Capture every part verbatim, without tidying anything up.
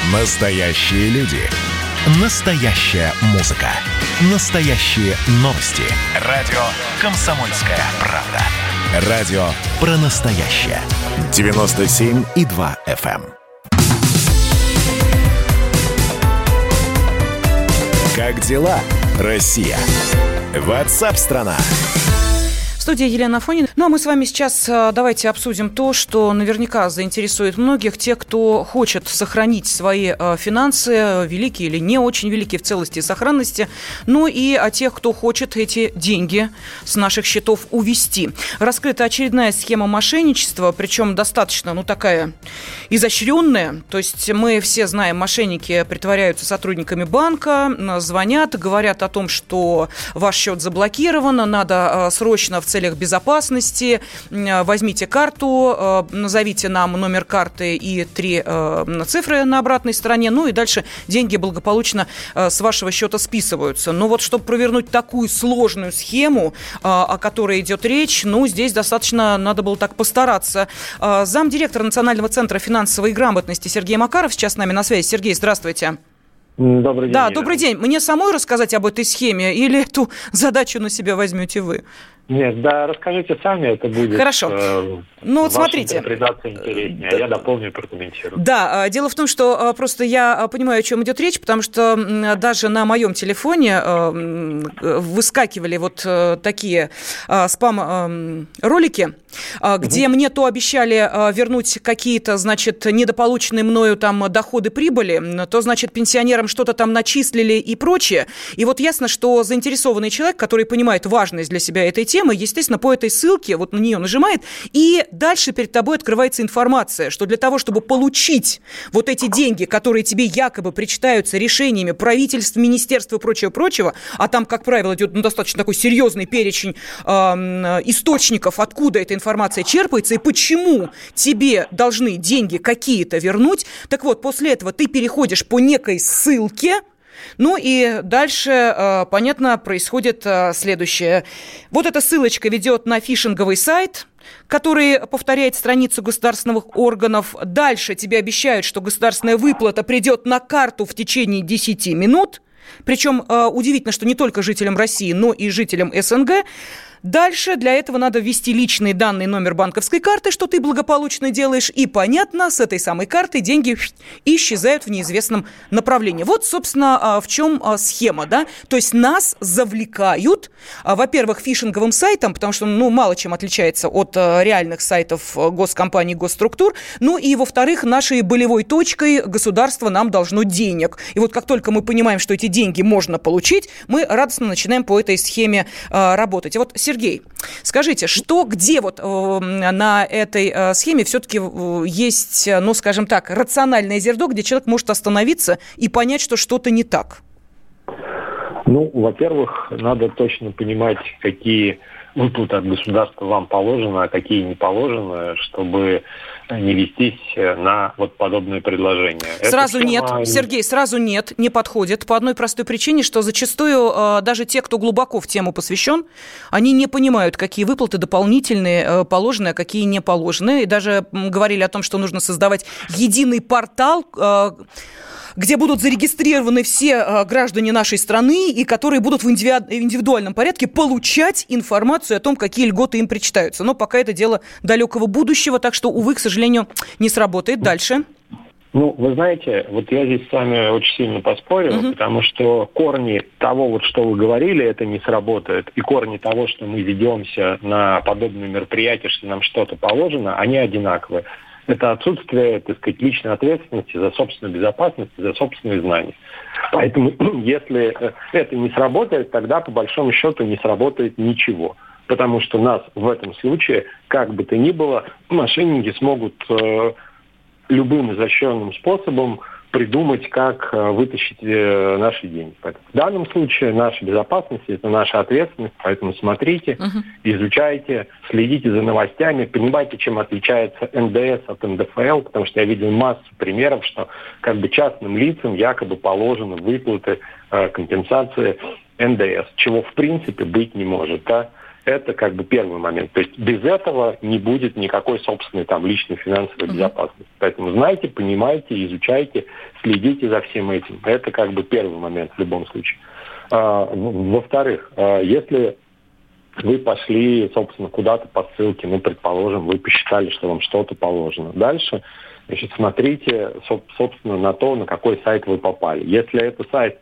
Настоящие люди. Настоящая музыка. Настоящие новости. Радио «Комсомольская правда». Радио про настоящее. девяносто семь и два эф эм. Как дела, Россия? Ватсап-страна! В студии Елена Афонина. Ну, а мы с вами сейчас давайте обсудим то, что наверняка заинтересует многих, тех, кто хочет сохранить свои э, финансы, великие или не очень великие, в целости и сохранности, ну и о тех, кто хочет эти деньги с наших счетов увести. Раскрыта очередная схема мошенничества, причем достаточно, ну, такая изощренная. То есть мы все знаем, мошенники притворяются сотрудниками банка, звонят, говорят о том, что ваш счет заблокирован, надо э, срочно в целях безопасности, возьмите карту, назовите нам номер карты и три цифры на обратной стороне, ну и дальше деньги благополучно с вашего счета списываются. Но вот чтобы провернуть такую сложную схему, о которой идет речь, ну здесь достаточно надо было так постараться. Замдиректора Национального центра финансовой грамотности Сергей Макаров сейчас с нами на связи. Сергей, здравствуйте. Добрый день. Да, Елена. Добрый день. Мне самой рассказать об этой схеме или эту задачу на себя возьмете вы? Нет, да, расскажите сами, это будет. Хорошо. Э, ну вот смотрите. Интерпретация интереснее, а я дополню и прокомментирую. Да, дело в том, что просто я понимаю, о чем идет речь, потому что даже на моем телефоне выскакивали вот такие спам-ролики, где угу. мне то обещали вернуть какие-то, значит, недополученные мною там доходы, прибыли, то, значит, пенсионерам что-то там начислили и прочее. И вот ясно, что заинтересованный человек, который понимает важность для себя этой темы, естественно, по этой ссылке вот на нее нажимает, и дальше перед тобой открывается информация, что для того, чтобы получить вот эти деньги, которые тебе якобы причитаются решениями правительств, министерств и прочего-прочего, а там, как правило, идет ну, достаточно такой серьезный перечень э, источников, откуда эта информация черпается и почему тебе должны деньги какие-то вернуть. Так вот, после этого ты переходишь по некой ссылке. Ну и дальше, понятно, происходит следующее. Вот эта ссылочка ведет на фишинговый сайт, который повторяет страницу государственных органов. Дальше тебе обещают, что государственная выплата придет на карту в течение десяти минут. Причем удивительно, что не только жителям России, но и жителям эс эн гэ. Дальше для этого надо ввести личные данные, номер банковской карты, что ты благополучно делаешь. И, понятно, с этой самой карты деньги исчезают в неизвестном направлении. Вот, собственно, в чем схема, да? То есть нас завлекают, во-первых, фишинговым сайтом, потому что, ну, мало чем отличается от реальных сайтов госкомпаний, госструктур. Ну и, во-вторых, нашей болевой точкой государство нам должно денег. И вот как только мы понимаем, что эти деньги можно получить, мы радостно начинаем по этой схеме работать. И вот, Сергей, скажите, что, где вот э, на этой э, схеме все-таки э, есть, ну, скажем так, рациональное зерно, где человек может остановиться и понять, что что-то не так? Ну, во-первых, надо точно понимать, какие выплаты от государства вам положены, а какие не положены, чтобы не вестись на вот подобные предложения. Сразу Эта нет, тема... Сергей, сразу нет, не подходит. По одной простой причине, что зачастую э, даже те, кто глубоко в тему посвящен, они не понимают, какие выплаты дополнительные э, положены, а какие не положены. И даже м, говорили о том, что нужно создавать единый портал, э, где будут зарегистрированы все э, граждане нашей страны и которые будут в индиви- индивидуальном порядке получать информацию о том, какие льготы им причитаются. Но пока это дело далекого будущего, так что, увы, к сожалению, не сработает. Дальше. Ну, вы знаете, вот я здесь с вами очень сильно поспорил, uh-huh. потому что корни того, вот, что вы говорили, это не сработает, и корни того, что мы ведемся на подобные мероприятия, что нам что-то положено, они одинаковые. Это отсутствие, так сказать, личной ответственности за собственную безопасность, за собственные знания. Поэтому, если это не сработает, тогда, по большому счету, не сработает ничего. Потому что нас в этом случае, как бы то ни было, мошенники смогут э, любым изощренным способом придумать, как вытащить э, наши деньги. Поэтому в данном случае наша безопасность – это наша ответственность, поэтому смотрите, uh-huh. изучайте, следите за новостями, понимайте, чем отличается эн дэ эс от эн дэ эф эл, потому что я видел массу примеров, что как бы частным лицам якобы положены выплаты э, компенсации эн дэ эс, чего в принципе быть не может. Да? Это как бы первый момент. То есть без этого не будет никакой собственной там личной финансовой mm-hmm. безопасности. Поэтому знайте, понимайте, изучайте, следите за всем этим. Это как бы первый момент в любом случае. А, во-вторых, а, если вы пошли, собственно, куда-то по ссылке, ну, предположим, вы посчитали, что вам что-то положено. Дальше, значит, смотрите, собственно, на то, на какой сайт вы попали. Если это сайт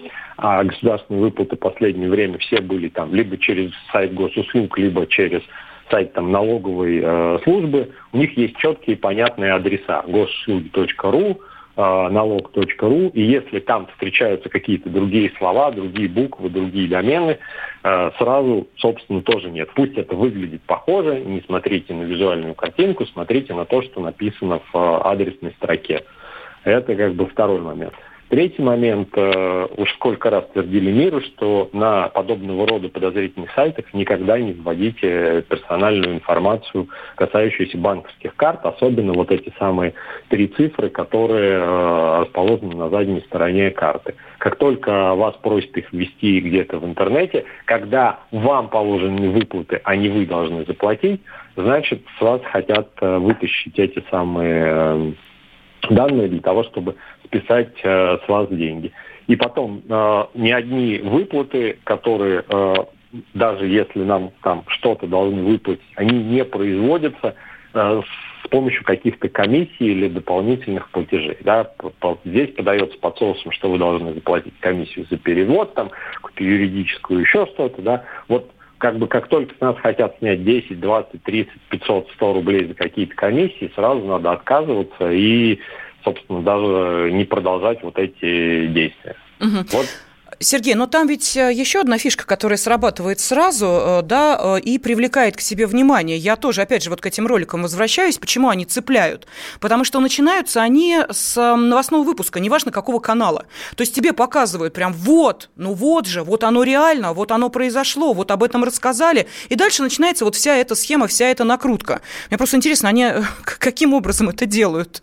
а государственные выплаты в последнее время все были там либо через сайт госуслуг, либо через сайт там налоговой э, службы, у них есть четкие понятные адреса: госуслуги точка ру, э, налог точка ру, и если там встречаются какие-то другие слова, другие буквы, другие домены, э, сразу, собственно, тоже нет. Пусть это выглядит похоже, не смотрите на визуальную картинку, смотрите на то, что написано в э, адресной строке. Это как бы второй момент. Третий момент. Э, уж сколько раз твердили миру, что на подобного рода подозрительных сайтах никогда не вводите персональную информацию, касающуюся банковских карт, особенно вот эти самые три цифры, которые э, расположены на задней стороне карты. Как только вас просят их ввести где-то в интернете, когда вам положены выплаты, а не вы должны заплатить, значит, с вас хотят э, вытащить эти самые э, данные для того, чтобы списать э, с вас деньги. И потом э, ни одни выплаты, которые, э, даже если нам там что-то должны выплатить, они не производятся э, с помощью каких-то комиссий или дополнительных платежей. Да? Здесь подается под соусом, что вы должны заплатить комиссию за перевод, там, какую-то юридическую, еще что-то. Да? Вот как бы как только с нас хотят снять десять, двадцать, тридцать, пятьсот, сто рублей за какие-то комиссии, сразу надо отказываться и, собственно, даже не продолжать вот эти действия. Угу. Вот. Сергей, но там ведь еще одна фишка, которая срабатывает сразу, да, и привлекает к себе внимание. Я тоже, опять же, вот к этим роликам возвращаюсь. Почему они цепляют? Потому что начинаются они с новостного выпуска, неважно какого канала. То есть тебе показывают прям вот, ну вот же, вот оно реально, вот оно произошло, вот об этом рассказали. И дальше начинается вот вся эта схема, вся эта накрутка. Мне просто интересно, они каким образом это делают?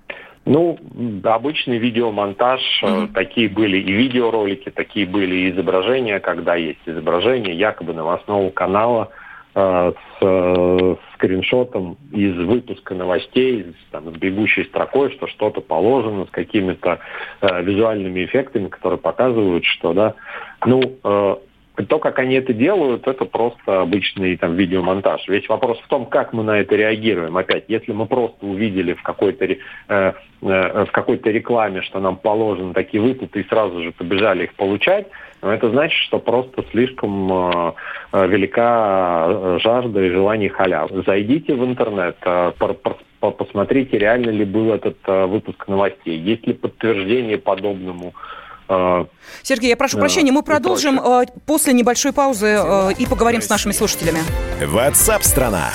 Ну, обычный видеомонтаж, mm-hmm. такие были и видеоролики, такие были и изображения, когда есть изображение якобы новостного канала э, с э, скриншотом из выпуска новостей, с, там, с бегущей строкой, что что-то положено, с какими-то э, визуальными эффектами, которые показывают, что, да, ну... Э, То, как они это делают, это просто обычный там видеомонтаж. Весь вопрос в том, как мы на это реагируем. Опять, если мы просто увидели в какой-то, э, э, в какой-то рекламе, что нам положены такие выплаты, и сразу же побежали их получать, но это значит, что просто слишком э, велика жажда и желание халявы. Зайдите в интернет, э, пор, пор, посмотрите, реально ли был этот э, выпуск новостей, есть ли подтверждение подобному. Сергей, я прошу да, прощения, мы продолжим э, после небольшой паузы э, и поговорим с нашими слушателями. WhatsApp-страна.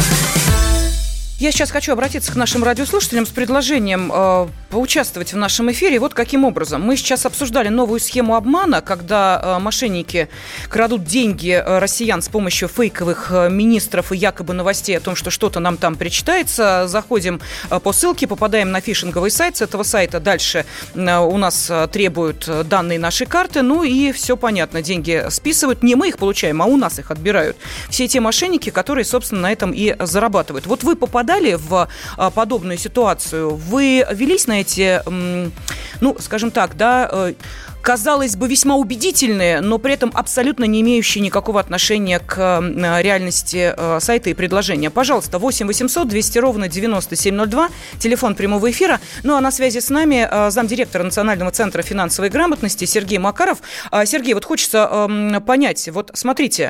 Я сейчас хочу обратиться к нашим радиослушателям с предложением э, поучаствовать в нашем эфире. Вот каким образом. Мы сейчас обсуждали новую схему обмана, когда э, мошенники крадут деньги э, россиян с помощью фейковых э, министров и якобы новостей о том, что что-то нам там причитается. Заходим э, по ссылке, попадаем на фишинговый сайт. С этого сайта дальше э, у нас э, требуют данные нашей карты. Ну и все понятно. Деньги списывают. Не мы их получаем, а у нас их отбирают. Все те мошенники, которые, собственно, на этом и зарабатывают. Вот вы попадаете в подобную ситуацию, вы велись на эти, ну, скажем так, да, казалось бы, весьма убедительные, но при этом абсолютно не имеющие никакого отношения к реальности сайта и предложения. Пожалуйста, восемь восемьсот двести ровно девяносто семь ноль два, телефон прямого эфира. Ну, а на связи с нами замдиректора Национального центра финансовой грамотности Сергей Макаров. Сергей, вот хочется понять, вот смотрите,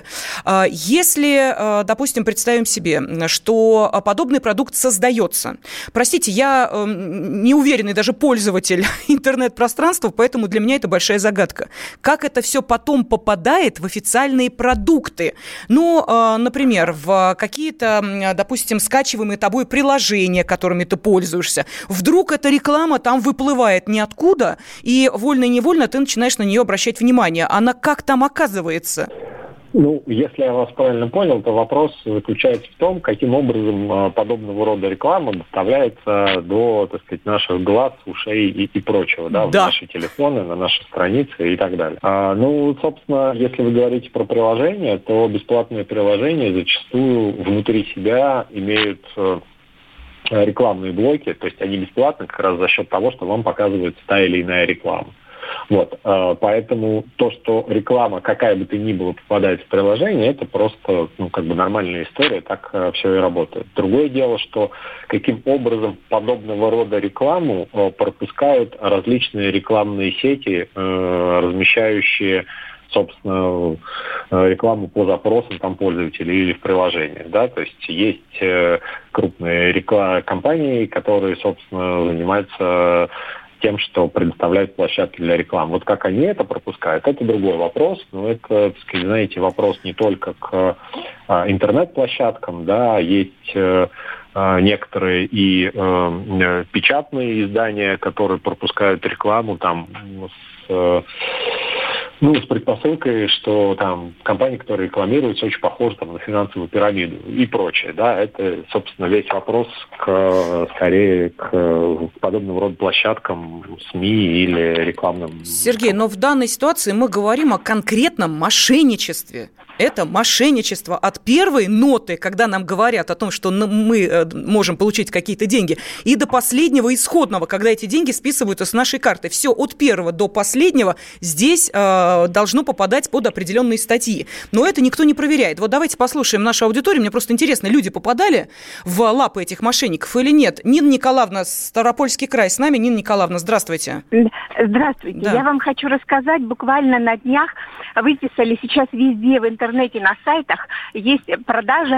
если, допустим, представим себе, что подобный продукт создается, простите, я неуверенный даже пользователь интернет-пространства, поэтому для меня это большая загадка. Как это все потом попадает в официальные продукты? Ну, э, например, в какие-то, допустим, скачиваемые тобой приложения, которыми ты пользуешься. Вдруг эта реклама там выплывает ниоткуда, и вольно-невольно ты начинаешь на нее обращать внимание. Она как там оказывается? Ну, если я вас правильно понял, то вопрос заключается в том, каким образом подобного рода реклама доставляется до, так сказать, наших глаз, ушей и, и прочего, да, да, в наши телефоны, на наши страницы и так далее. А, ну, собственно, если вы говорите про приложения, то бесплатные приложения зачастую внутри себя имеют рекламные блоки, то есть они бесплатны как раз за счет того, что вам показывается та или иная реклама. Вот, поэтому то, что реклама, какая бы то ни была, попадает в приложение, это просто, ну, как бы нормальная история, так все и работает. Другое дело, что каким образом подобного рода рекламу пропускают различные рекламные сети, размещающие, собственно, рекламу по запросам там пользователей или в приложениях, да, то есть есть крупные реклам- компании, которые, собственно, занимаются тем, что предоставляют площадки для рекламы. Вот как они это пропускают, это другой вопрос, но это, так сказать, знаете, вопрос не только к а, интернет-площадкам, да, есть а, некоторые и а, печатные издания, которые пропускают рекламу там с... Ну, с предпосылкой, что там компании, которые рекламируются, очень похожи там, на финансовую пирамиду и прочее. Да, это, собственно, весь вопрос к, скорее к подобного рода площадкам, СМИ или рекламным. Сергей, но в данной ситуации мы говорим о конкретном мошенничестве. Это мошенничество от первой ноты, когда нам говорят о том, что мы можем получить какие-то деньги, и до последнего исходного, когда эти деньги списываются с нашей карты. Все от первого до последнего здесь э, должно попадать под определенные статьи. Но это никто не проверяет. Вот давайте послушаем нашу аудиторию. Мне просто интересно, люди попадали в лапы этих мошенников или нет? Нина Николаевна, Ставропольский край с нами. Нина Николаевна, здравствуйте. Здравствуйте. Да. Я вам хочу рассказать, буквально на днях выписали сейчас везде в интернете, на сайтах есть продажа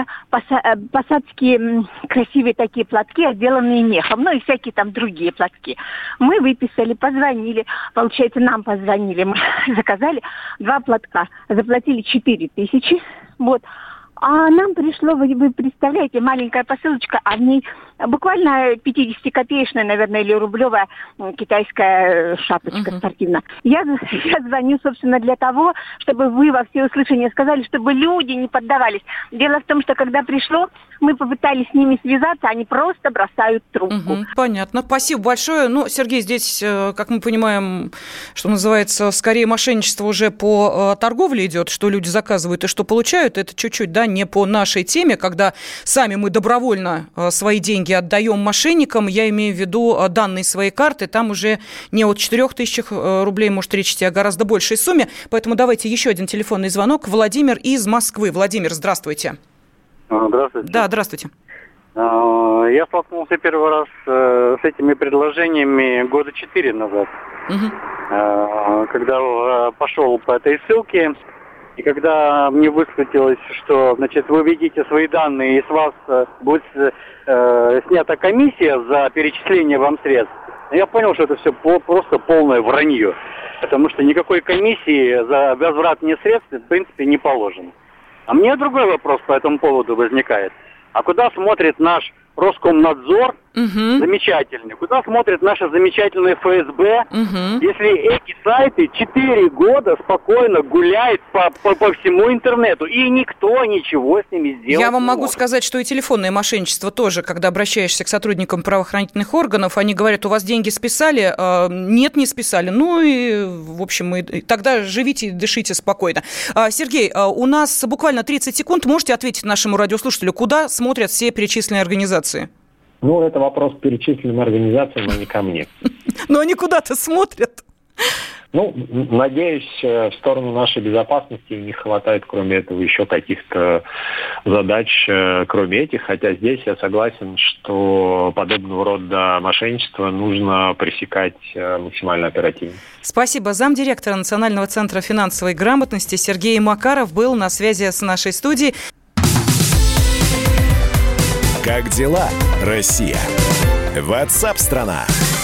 посадские красивые такие платки, отделанные мехом, ну и всякие там другие платки. Мы выписали, позвонили, получается, нам позвонили, мы заказали два платка, заплатили четыре тысячи, вот. А нам пришло, вы, вы представляете, маленькая посылочка, а в ней буквально пятидесятикопеечная, наверное, или рублевая китайская шапочка uh-huh. спортивная. Я, я звоню, собственно, для того, чтобы вы во всеуслышание сказали, чтобы люди не поддавались. Дело в том, что когда пришло, мы попытались с ними связаться, они просто бросают трубку. Uh-huh. Понятно. Спасибо большое. Ну, Сергей, здесь, как мы понимаем, что называется, скорее мошенничество уже по торговле идет, что люди заказывают и что получают. Это чуть-чуть, да, не по нашей теме, когда сами мы добровольно свои деньги отдаем мошенникам, я имею в виду данные своей карты, там уже не от четырех тысяч рублей может речь идти, а гораздо большей сумме, поэтому давайте еще один телефонный звонок. Владимир из Москвы. Владимир, здравствуйте. Здравствуйте. Да, здравствуйте. Я столкнулся первый раз с этими предложениями года четыре назад, угу. когда пошел по этой ссылке. И когда мне высветилось, что, значит, вы введите свои данные, и с вас будет э, снята комиссия за перечисление вам средств, я понял, что это все по, просто полное вранье. Потому что никакой комиссии за возврат мне средств, в принципе, не положено. А мне другой вопрос по этому поводу возникает. А куда смотрит наш Роскомнадзор, угу. замечательный, куда смотрит наша замечательная эф эс бэ, угу. если эти сайты четыре года спокойно гуляют по, по, по всему интернету, и никто ничего с ними сделать Я вам не могу может. сказать, что и телефонное мошенничество тоже, когда обращаешься к сотрудникам правоохранительных органов, они говорят, у вас деньги списали, нет, не списали, ну и, в общем, и, тогда живите и дышите спокойно. Сергей, у нас буквально тридцать секунд, можете ответить нашему радиослушателю, куда смотрят все перечисленные организации? Ну, это вопрос к перечисленным организациям, а не ко мне. Но они куда-то смотрят. Ну, надеюсь, в сторону нашей безопасности у них хватает, кроме этого, еще каких-то задач, кроме этих. Хотя здесь я согласен, что подобного рода мошенничество нужно пресекать максимально оперативно. Спасибо. Замдиректора Национального центра финансовой грамотности Сергей Макаров был на связи с нашей студией. Как дела, Россия? WhatsApp-страна.